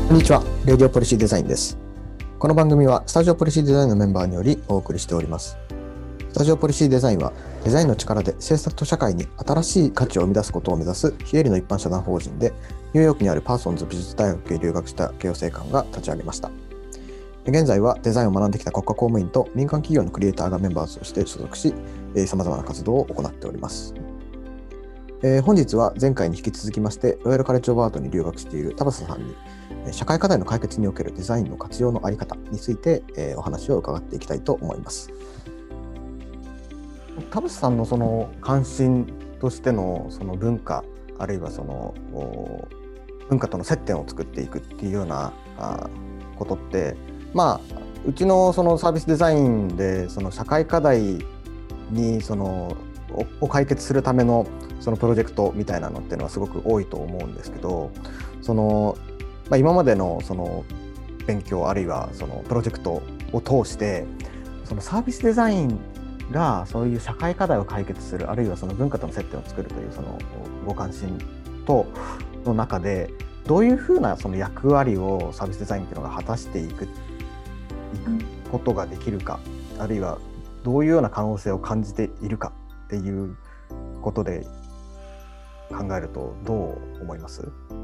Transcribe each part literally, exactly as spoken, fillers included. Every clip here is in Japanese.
こんにちは、レディオポリシーデザインです。この番組はスタジオポリシーデザインのメンバーによりお送りしております。スタジオポリシーデザインはデザインの力で制作と社会に新しい価値を生み出すことを目指す非営利の一般社団法人で、ニューヨークにあるパーソンズ美術大学へ留学した慶応生官が立ち上げました。現在はデザインを学んできた国家公務員と民間企業のクリエイターがメンバーとして所属し、さまざまな活動を行っております。えー、本日は前回に引き続きましてロイヤルカレッジオブアートに留学している田畑さんに社会課題の解決におけるデザインの活用のあり方について、えー、お話を伺っていきたいと思います。田畑さんのその関心としてのその文化、あるいはその文化との接点を作っていくっていうようなあことって、まあうちのそのサービスデザインでその社会課題にそのを解決するためのそのプロジェクトみたいなのっていうのはすごく多いと思うんですけど、その、まあ、今までのその勉強あるいはそのプロジェクトを通してそのサービスデザインがそういう社会課題を解決する、あるいはその文化との接点を作るというそのご関心との中でどういうふうなその役割をサービスデザインっていうのが果たしていく、いくことができるか、あるいはどういうような可能性を感じているかっていうことで考えるとどう思います？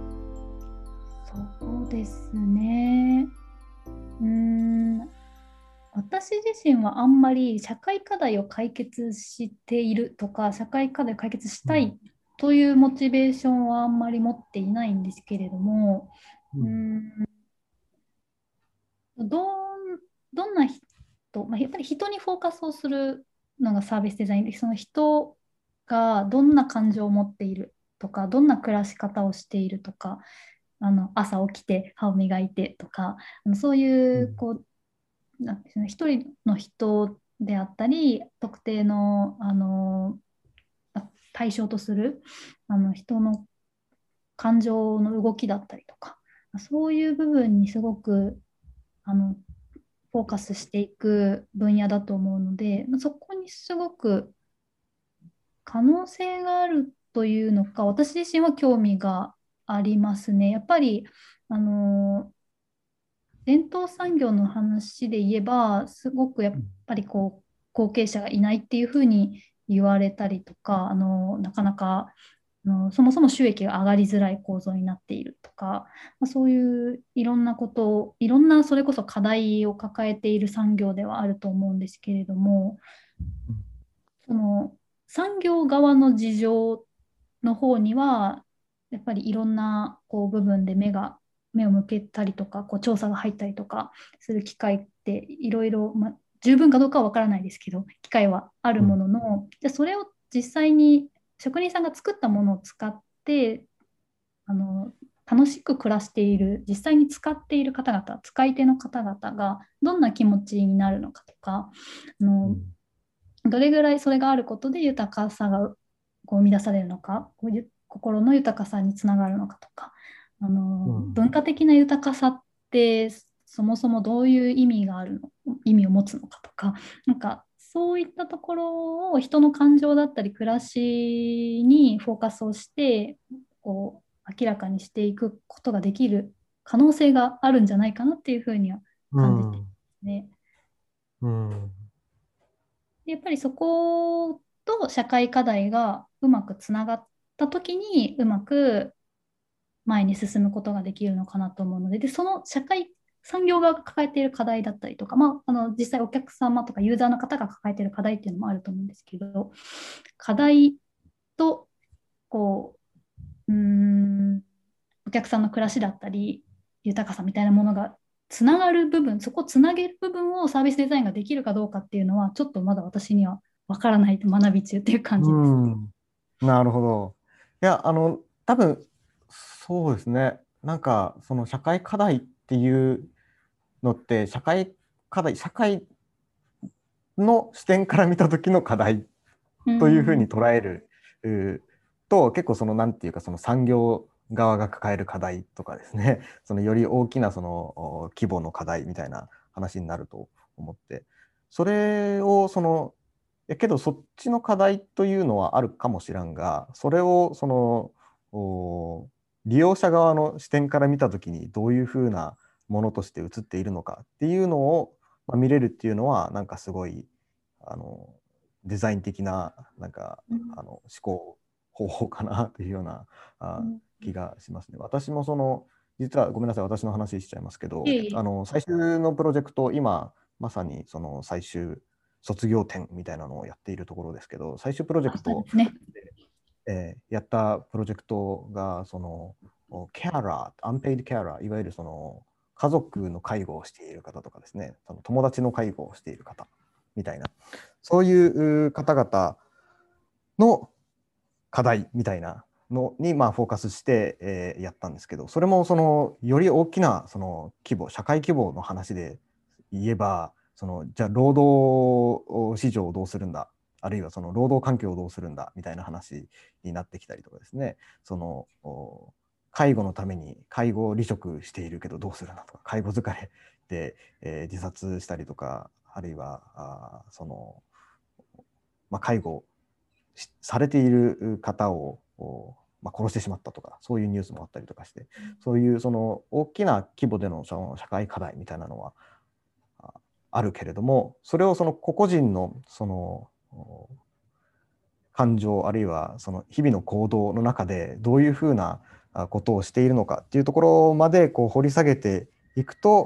そうですね。うーん、私自身はあんまり社会課題を解決しているとか、社会課題を解決したいというモチベーションはあんまり持っていないんですけれども、うーん、どん、どんな人、まあ、やっぱり人にフォーカスをするのがサービスデザインで、その人がどんな感情を持っているとか、どんな暮らし方をしているとか、あの朝起きて歯を磨いてとか、あのそういうこうなんですね、一人の人であったり、特定の、あの対象とするあの人の感情の動きだったりとか、そういう部分にすごくあのフォーカスしていく分野だと思うので、そこにすごく可能性があるというのか、私自身は興味がありますね。やっぱりあの伝統産業の話で言えば、すごくやっぱりこう後継者がいないっていうふうに言われたりとか、あのなかなかあのそもそも収益が上がりづらい構造になっているとか、まあ、そういういろんなことを、いろんなそれこそ課題を抱えている産業ではあると思うんですけれども、その産業側の事情の方には、やっぱりいろんなこう部分で目が、目を向けたりとか、こう調査が入ったりとかする機会っていろいろ、まあ、十分かどうかは分からないですけど、機会はあるものの、じゃそれを実際に職人さんが作ったものを使って、あの楽しく暮らしている、実際に使っている方々、使い手の方々がどんな気持ちになるのかとか、あのどれぐらいそれがあることで豊かさがこう生み出されるのか、こういう心の豊かさにつながるのかとか、あの、 うん文化的な豊かさってそもそもどういう意味があるの、意味を持つのかとか、なんかそういったところを人の感情だったり暮らしにフォーカスをしてこう明らかにしていくことができる可能性があるんじゃないかなっていうふうにはう感じていんますね。 うんでやっぱりそこと社会課題がうまくつながった時にうまく前に進むことができるのかなと思うので、でその社会産業側が抱えている課題だったりとか、まあ、あの実際お客様とかユーザーの方が抱えている課題っていうのもあると思うんですけど、課題とこう、うーんお客さんの暮らしだったり豊かさみたいなものがつながる部分、そこをつなげる部分をサービスデザインができるかどうかっていうのは、ちょっとまだ私にはわからないと学び中っていう感じです。 うん、なるほど。いや、あの、多分そうですね。なんか、その社会課題っていうのって、社会課題、社会の視点から見た時の課題うというふうん、 に捉えるうと、結構その、なんていうか、その産業側が抱える課題とかですね、そのより大きなそのお規模の課題みたいな話になると思って、それをそのえけどそっちの課題というのはあるかもしらんが、それをその、お利用者側の視点から見たときにどういうふうなものとして映っているのかっていうのを、まあ、見れるっていうのはなんかすごいあのデザイン的ななんか、 うんあの思考方法かなというようなあうん気がしますね。私もその実はごめんなさい、私の話しちゃいますけど、 いえいえ。 あの最終のプロジェクト、今まさにその最終卒業展みたいなのをやっているところですけど、最終プロジェあ、 クトそうですね。 で、えーやったプロジェクトがそのケアラー、アンペイドケアラー、いわゆるその家族の介護をしている方とかですね、その友達の介護をしている方みたいな、そういう方々の課題みたいなのにまあフォーカスして、えーやったんですけど、それもそのより大きなその規模、社会規模の話で言えば、そのじゃあ労働市場をどうするんだ、あるいはその労働環境をどうするんだみたいな話になってきたりとかですね、その介護のために介護離職しているけどどうするんだとか、介護疲れで、えー自殺したりとか、あるいはあその、まあ、介護されている方を、まあ、殺してしまったとか、そういうニュースもあったりとかして、そういうその大きな規模でのその社会課題みたいなのはあるけれども、それをその個々人のその感情、あるいはその日々の行動の中でどういうふうなことをしているのかっていうところまでこう掘り下げていくと、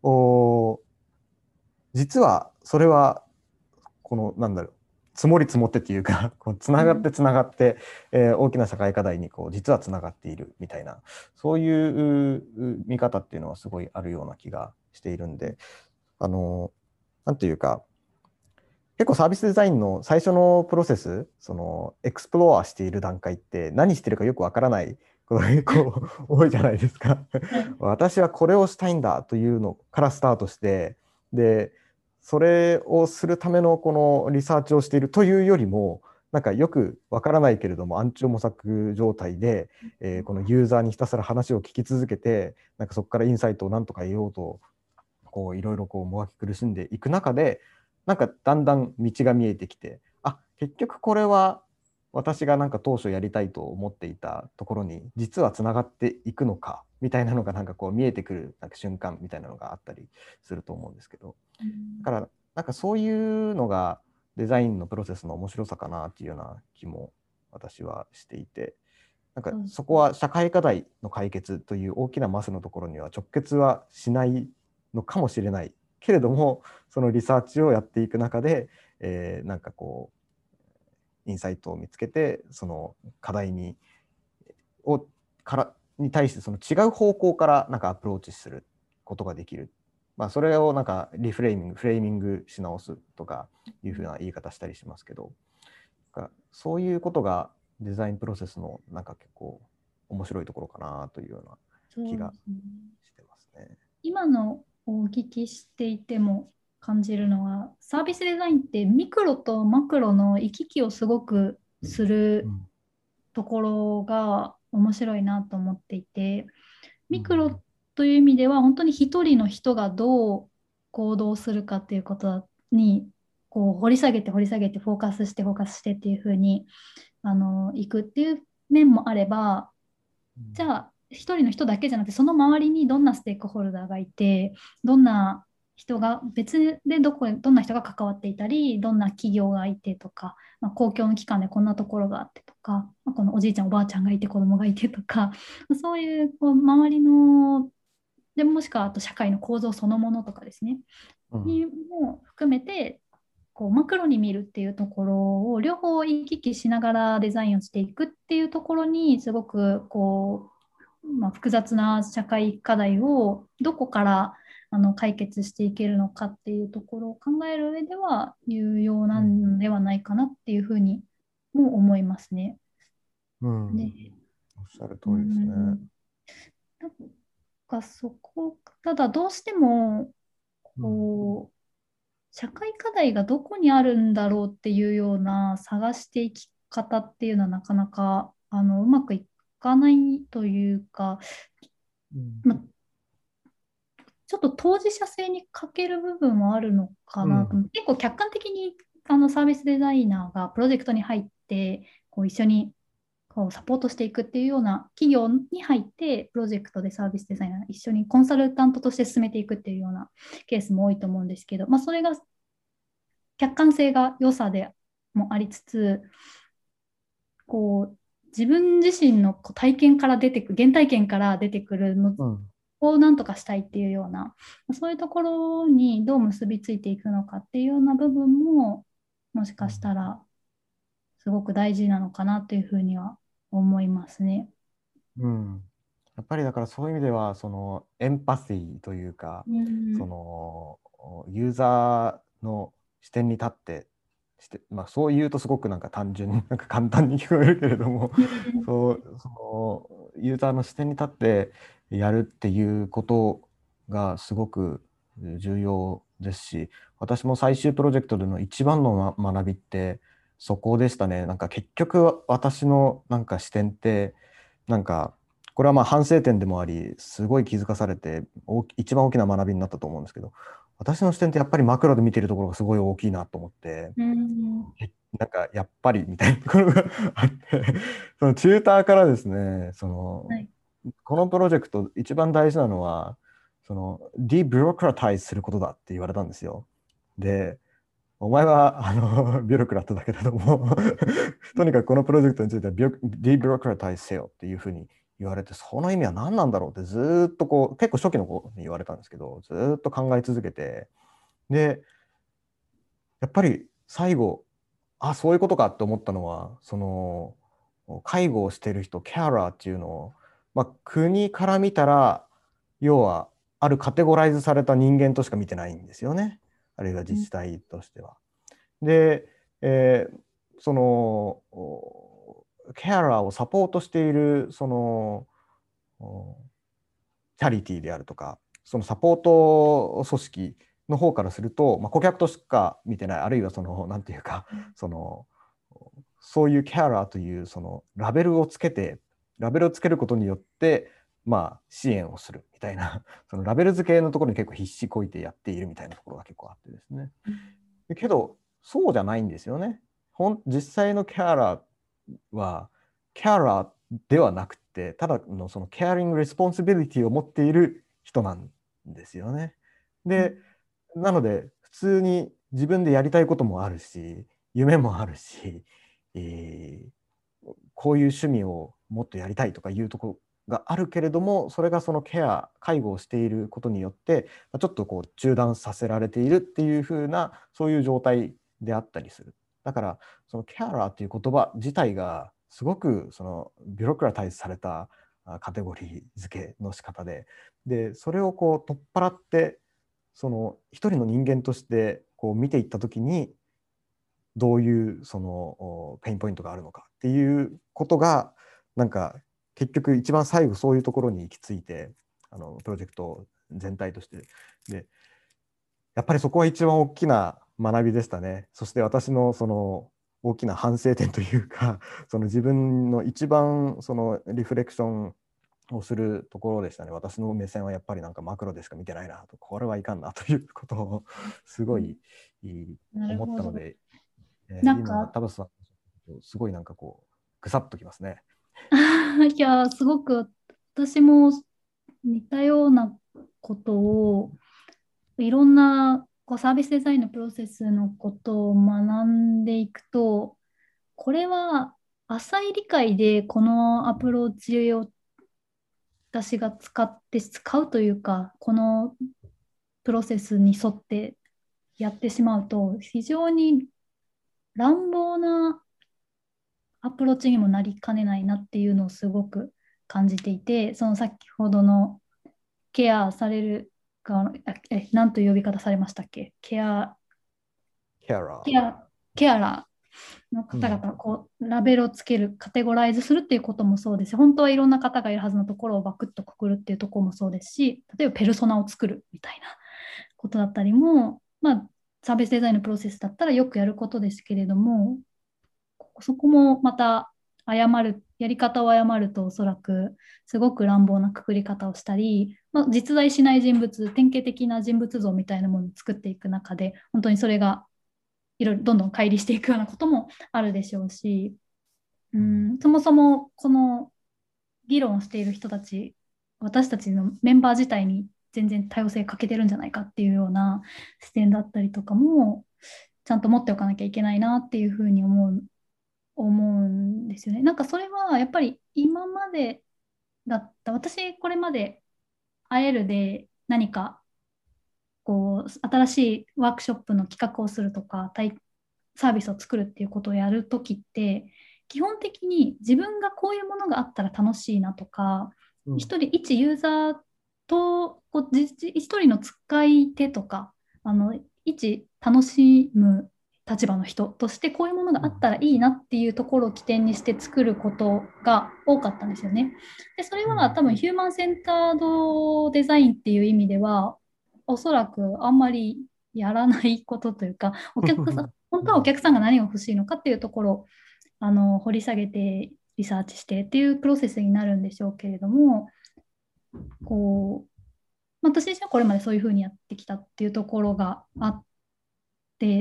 実はそれはこのなんだろう、積もり積もってっていうか、こうつながってつながって、えー大きな社会課題にこう実はつながっているみたいな、そういうう見方っていうのはすごいあるような気がしているんで、あのなんていうか、結構サービスデザインの最初のプロセス、そのエクスプロアしている段階って何してるかよくわからないことが結構多いじゃないですか。 はい。 私はこれをしたいんだというのからスタートして、で、それをするためのこのリサーチをしているというよりも、なんかよくわからないけれども暗中模索状態で、えーこのユーザーにひたすら話を聞き続けて、なんかそこからインサイトをなんとか得ようと、こういろいろこうもがき苦しんでいく中で、なんかだんだん道が見えてきて、あ、結局これは私がなんか当初やりたいと思っていたところに実はつながっていくのかみたいなのがなんかこう見えてくるなんか瞬間みたいなのがあったりすると思うんですけど、だからなんかそういうのがデザインのプロセスの面白さかなっていうような気も私はしていて、なんかそこは社会課題の解決という大きなマスのところには直結はしないのかもしれないけれども、そのリサーチをやっていく中で、えーなんかこうインサイトを見つけて、その課題にをからに対してその違う方向からなんかアプローチすることができる。まあ、それをなんかリフレーミング、フレーミングし直すとかいうふうな言い方したりしますけど、そういうことがデザインプロセスのなんか結構面白いところかなというような気がそうですね。 してますね。 今のお聞きしていても感じるのは、サービスデザインってミクロとマクロの行き来をすごくするうんところが面白いなと思っていて、 うんミクロという意味では本当に一人の人がどう行動するかっていうことにこう掘り下げて掘り下げてフォーカスしてフォーカスしてっていうふうにあのいくっていう面もあれば、じゃあ一人の人だけじゃなくてその周りにどんなステークホルダーがいて、どんな人が別でどこどんな人が関わっていたり、どんな企業がいてとか、まあ、公共の機関でこんなところがあってとか、まあ、このおじいちゃんおばあちゃんがいて子供がいてとか、そういうこう周りのでもしくはあと社会の構造そのものとかですね、 うんにも含めてこうマクロに見るっていうところを両方行き来しながらデザインをしていくっていうところにすごくこう、まあ、複雑な社会課題をどこからあの解決していけるのかっていうところを考える上では有用なうんんではないかなっていうふうにも思いますね。 うんで、 おっしゃる通うりですね。 ん、なんかそこ、ただどうしてもうんこう社会課題がどこにあるんだろうっていうような探していき方っていうのはなかなかあのうまくいかないというか、 うんま、ちょっと当事者性に欠ける部分はあるのかなと。 うん結構客観的にあのサービスデザイナーがプロジェクトに入ってこう一緒にこうサポートしていくっていうような企業に入って、プロジェクトでサービスデザイナー一緒にコンサルタントとして進めていくっていうようなケースも多いと思うんですけど、まあ、それが客観性が良さでもありつつ、こう自分自身のこう体験から出てくる、原体験から出てくるのうん。 をなんとかしたいっていうような、そういうところにどう結びついていくのかっていうような部分も、もしかしたらすごく大事なのかなというふうには思いますね。 うん。やっぱりだからそういう意味では、そのエンパシーというか、 うん、 そのユーザーの視点に立ってして、まあ、そう言うとすごくなんか単純になんか簡単に聞こえるけれども、 うん、 そう、そのユーザーの視点に立ってやるっていうことがすごく重要ですし、私も最終プロジェクトでの一番のま学びってそこでしたね。なんか結局私のなんか視点ってなんかこれはまあ反省点でもあり、すごい気づかされて大き一番大きな学びになったと思うんですけど、私の視点ってやっぱりマクロで見てるところがすごい大きいなと思って、 うん、 えなんかやっぱりみたいなところがあって、そのチューターからですね、そのはい。 このプロジェクト一番大事なのは、そのディビュロクラタイズすることだって言われたんですよ。で、お前はあのビュロクラットだけれどもとにかくこのプロジェクトについてはビュディビュロクラタイズせよっていうふうに言われて、その意味は何なんだろうってずーっとこう、結構初期の子に言われたんですけど、ずーっと考え続けて、で、やっぱり最後、あ、そういうことかって思ったのは、その介護をしている人、ケアラーっていうのを、まあ、国から見たら、要はあるカテゴライズされた人間としか見てないんですよね。あるいは自治体としては。で、えーそのケアラーをサポートしているそのチャリティーであるとか、そのサポート組織の方からすると、まあ、顧客としか見てない、あるいはそのなんていうか、そのそういうキャラーというそのラベルをつけて、ラベルをつけることによって、まあ、支援をするみたいな、そのラベル付けのところに結構必死こいてやっているみたいなところが結構あってですね。けど、そうじゃないんですよね。ほん実際のキャラは、キャラではなくて、ただのそのキャリング・レスポンシビリティを持っている人なんですよね。で、なので、普通に自分でやりたいこともあるし、夢もあるし、えーこういう趣味をもっとやりたいとかいうところがあるけれども、それがそのケア、介護をしていることによって、ちょっとこう中断させられているっていう風な、そういう状態であったりする。だから、そのケアラーっていう言葉自体が、すごくそのビュロクラタイズされたカテゴリー付けの仕方で、で、それをこう取っ払って、その一人の人間としてこう見ていったときに、どういうそのペインポイントがあるのかっていうことが、なんか結局一番最後そういうところに行き着いて、あのプロジェクト全体としてで、やっぱりそこは一番大きな学びでしたね。そして私のその大きな反省点というか、その自分の一番そのリフレクションをするところでしたね。私の目線はやっぱりなんかマクロでしか見てないなと、これはいかんなということをすごい思っなるほど。 たので、えー今、 なんか、 田畑さん、すごいなんかこう、ぐさっときますね。 いや、すごく私も似たようなことを、いろんなこうサービスデザインのプロセスのことを学んでいくと、これは浅い理解でこのアプローチを私が使って使うというか、このプロセスに沿ってやってしまうと、非常に乱暴なアプローチにもなりかねないなっていうのをすごく感じていて、その先ほどのケアされる側の、あえ、何という呼び方されましたっけ？ケア、 キャラ。 ケア、ケアラーのうん。 方々、こう、ラベルをつける、カテゴライズするっていうこともそうですし、本当はいろんな方がいるはずのところをバクッとくくるっていうところもそうですし、例えばペルソナを作るみたいなことだったりも、まあ、サービスデザインのプロセスだったらよくやることですけれども、そこもまた誤る、やり方を誤るとおそらくすごく乱暴なくくり方をしたり、まあ、実在しない人物、典型的な人物像みたいなものを作っていく中で、本当にそれがいろいろどんどん乖離していくようなこともあるでしょうし、 うん、そもそもこの議論をしている人たち、私たちのメンバー自体に全然多様性欠けてるんじゃないかっていうような視点だったりとかも、ちゃんと持っておかなきゃいけないなっていうふうに思う、思うんですよね。なんかそれはやっぱり今までだった、私これまで会えるで何かこう新しいワークショップの企画をするとか、体サービスを作るっていうことをやるときって、基本的に自分がこういうものがあったら楽しいなとか、 うん一人一ユーザーとこうじじ一人の使い手とか、あの一楽しむ立場の人としてこういうものがあったらいいなっていうところを起点にして作ることが多かったんですよね。で、それは多分ヒューマンセンタードデザインっていう意味では、おそらくあんまりやらないことというか、お客さん、本当はお客さんが何が欲しいのかっていうところをあの掘り下げてリサーチしてっていうプロセスになるんでしょうけれども、こう、まあ私自身はこれまでそういうふうにやってきたっていうところがあって、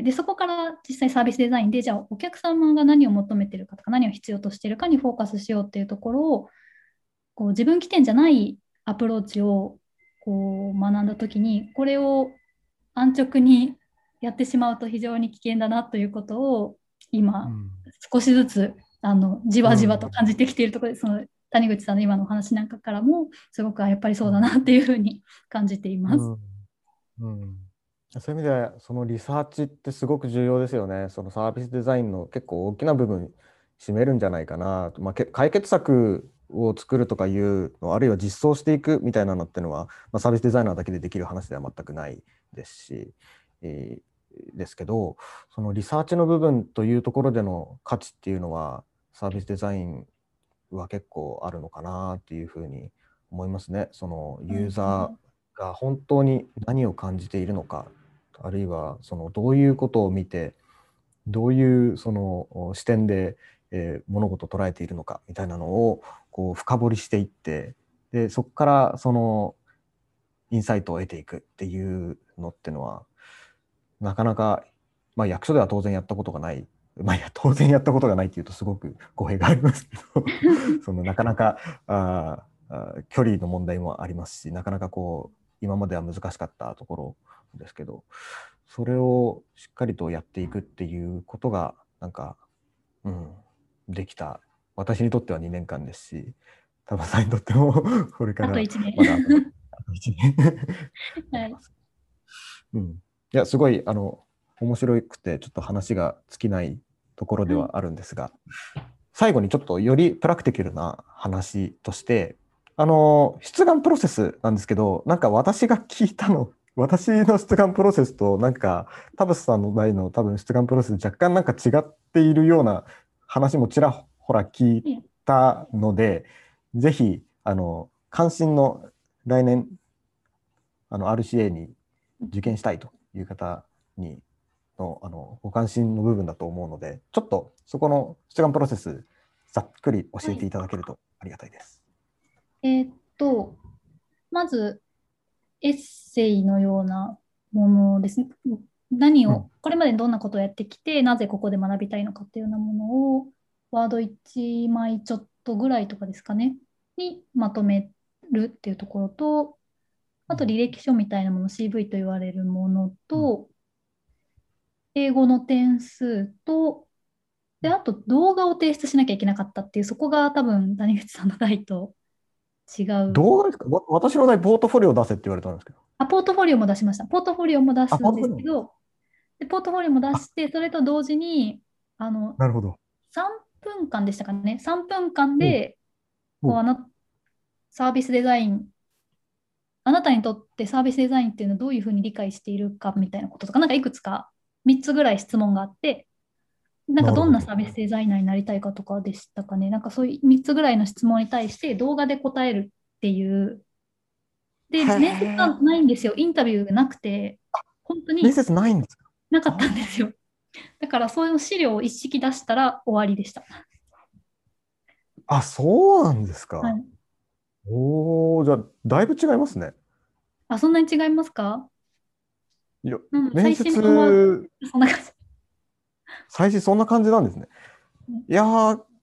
で、そこから実際サービスデザインで、じゃあお客様が何を求めてるかとか、何を必要としてるかにフォーカスしようっていうところを、こう自分起点じゃないアプローチをこう学んだときに、これを安直にやってしまうと非常に危険だなということを今うん少しずつあのじわじわとうん感じてきているところで、その谷口さんの今のお話なんかからもすごくやっぱりそうだなっていうふうに感じています。 うんうんそういう意味でそのリサーチってすごく重要ですよね。そのサービスデザインの結構大きな部分占めるんじゃないかなと。まあ、け解決策を作るとかいうの、あるいは実装していくみたいなのっていうのは、まあ、サービスデザイナーだけでできる話では全くないですし、えーですけど、そのリサーチの部分というところでの価値っていうのはサービスデザインは結構あるのかなっていうふうに思いますね。そのユーザーが本当に何を感じているのか、あるいはそのどういうことを見て、どういうその視点で、えー物事を捉えているのかみたいなのをこう深掘りしていって、でそこからそのインサイトを得ていくっていうのってのはなかなか、まあ、役所では当然やったことがない、まあ、いや当然やったことがないっていうとすごく語弊がありますけどそのなかなかああ距離の問題もありますし、なかなかこう今までは難しかったところですけど、それをしっかりとやっていくっていうことがなんか、うん、できた私にとってはにねんかんですし、田場さんにとってもこれかあとらいちねん。 まだあとあといちねんあはい。 ります。うん、いやすごいあの面白くてちょっと話が尽きないところではい。 はあるんですが、最後にちょっとよりプラクティカルな話として、あの出願プロセスなんですけど、なんか私が聞いたの、私の出願プロセスとなんか田淵さんの場合の多分出願プロセス若干なんか違っているような話もちらほら聞いたので、ぜひあの関心の来年あの アールシーエー に受験したいという方にのあのご関心の部分だと思うので、ちょっとそこの出願プロセスざっくり教えていただけるとありがたいです。 えーっと、まず、エッセイのようなものですね。何を、 うんこれまでどんなことをやってきて、なぜここで学びたいのかっていうようなものを、ワードいちまいちょっとぐらいとかですかね、にまとめるっていうところと、あと履歴書みたいなもの、シーブイ と言われるものと、英語の点数と、で、あと動画を提出しなきゃいけなかったっていう、そこが多分、谷口さんの代と違う。 動画ですか？わ私の場合、ポートフォリオを出せって言われたんですけど。 あ、ポートフォリオも出しました。ポートフォリオも出あ、 すんポートフォリオ。 ですけど、で、ポートフォリオも出あ、 して、それと同時に、あの、 なるほど。 さんぷんかんでしたかね。さんぷんかんおで、こう、 おあの、サービスデザイン、あなたにとってサービスデザインっていうのはどういうふうに理解しているかみたいなこととか、なんかいくつかみっつぐらい質問があって、なんかどんななるほど。 サービスデザイナーになりたいかとかでしたかね。なんかそういうみっつぐらいの質問に対して動画で答えるっていう。で、 へ面接はえ。 ないんですよ。インタビューがなくて、本当に面接ないんですか？ なかったんですあよ。だからそういう資料を一式出したら終わりでした。 あ、あ、そうなんですか。 はい。 おお、じゃあ、だいぶ違いますね。 あ、そんなに違いますか？ いや、 うん、 面最新版は接、 そんな感じ。 最初そんな感じなんですね。いやー、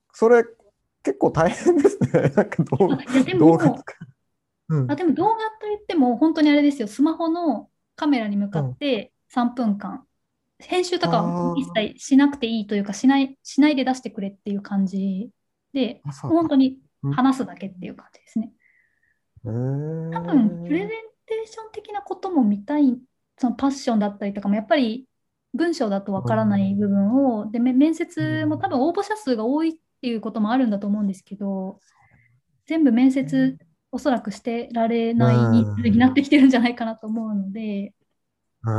それ結構大変ですね。なんか動画、 あいやで動画も、 作る。うん。 あ、でも動画といっても本当にあれですよ、スマホのカメラに向かっうん。 てさんぷんかん、編集とかは一あ切しなくていいというか、しない、しないで出してくれっていう感じで、 あ、そうだ。 本当にうん。 話すだけっていう感じですね。 へ多分、プレゼンえ。 テーション的なことも見たい、そのパッションだったりとかも、やっぱり文章だとわうからない部ん。 分を、で、め面う接も多分ん。 応募者数が多いっていうこともあるんだと思うんですけど、全部面接おそらくしてられうない人数になっん。 てきてるんじゃないかなと思うので、 うん。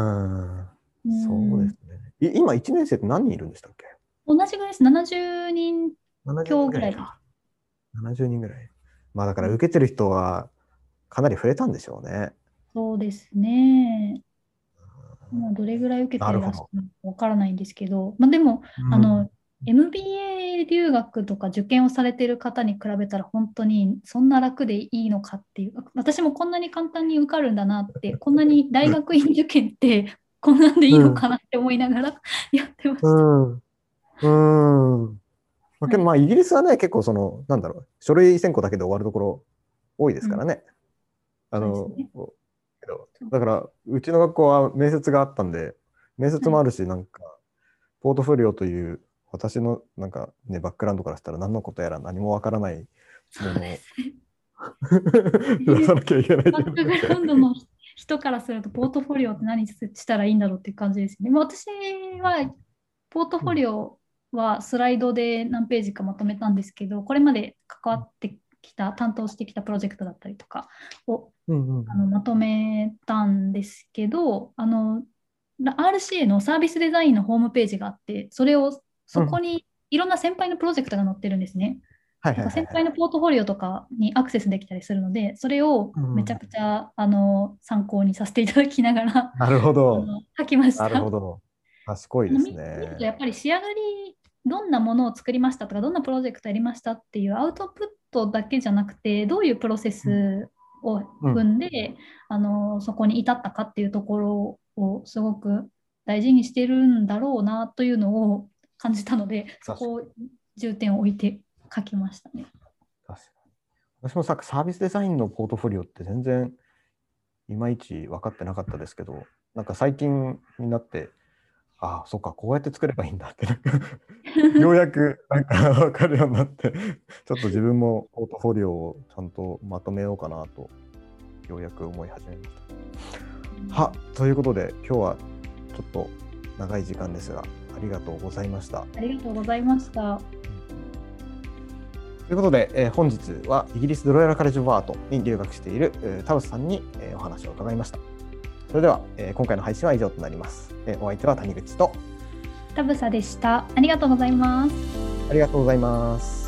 うそうでん、 すね。い今いちねん生って何人いるんでしたっけ？ 同じぐらいです。ななじゅうにんななじゅう 人強ぐらいです。 ぐらいか。ななじゅうにんぐらい。まあだかうん、 ら受けてる人はかなり増えたんでしょうね。 そうですね。今どれぐらい受けていらっしゃなるほど。 るのかわからないんですけど、まあ、でも、 うん。 あの、エムビーエー 留学とか受験をされている方に比べたら本当にそんな楽でいいのかっていう、私もこんなに簡単に受かるんだなって、こんなに大学院受験ってこんなんでいいのうん。 かなって思いながらやってました。 うん。うん。まあ、 はい。 けどまあイギリスはね、結構その、なんだろう、書類選考だけで終わるところ多いでうん、 すからね。あの、 そうですね。 けどそう、 だから、うちの学校は面接があったんで、面はい。 接もあるし、なんか、ポートフォリオという、私のなんかね、バックグラウンドからしたら何のことやら何もわからないそうでものをすね。 出さなきゃいけないってバックグラウンドの人からすると、ポートフォリオって何したらいいんだろうっていう感じですよね。まあ私は、ポートフォリオはスライドで何ページかまとめたんですけど、これまで関わってきた、担当してきたプロジェクトだったりとかをうんうんうん。 あのまとめたんですけど、あの、アールシーエー のサービスデザインのホームページがあって、それを、 うん。 そこにいろんな先輩のプロジェクトが載ってるんですね。 はいなんかはいはいはい。 先輩のポートフォリオとかにアクセスできたりするので、それをうんうん。 めちゃくちゃあの参考にさせていただきながらあなるほど。 の書きましなるほた。 ど。賢いですあの見、見るとね。 やっぱり仕上がり、どんなものを作りましたとか、どんなプロジェクトやりましたっていうアウトプットだけじゃなくて、どういうプロセうん。 スをうん。 踏んで、あのそこに至ったかっていうところをすごく大事にしてるんだろうなというのを感じたので、そ確かこを重点を置いて書きましたね。 確かに。私もさ、サービスデザインのポートフォリオって全然いまいち分かってなかったですけど、なんか最近になって、ああ、そっか、こうやって作ればいいんだって、なんかようやくなんか分かるようになって、ちょっと自分もポートフォリオをちゃんとまとめようかなと、ようやく思い始めました。は、ということで、今日はちょっと長い時間ですが、ありがとうございました。 ありがとうございました。 ということで、えー本日はイギリスドロイヤルカレッジ・オブ・アートに留学している、えー田臥さんに、えーお話を伺いました。それでは、えー今回の配信は以上となります。えーお相手は谷口と、 田房でした。ありがとうございます。 ありがとうございます。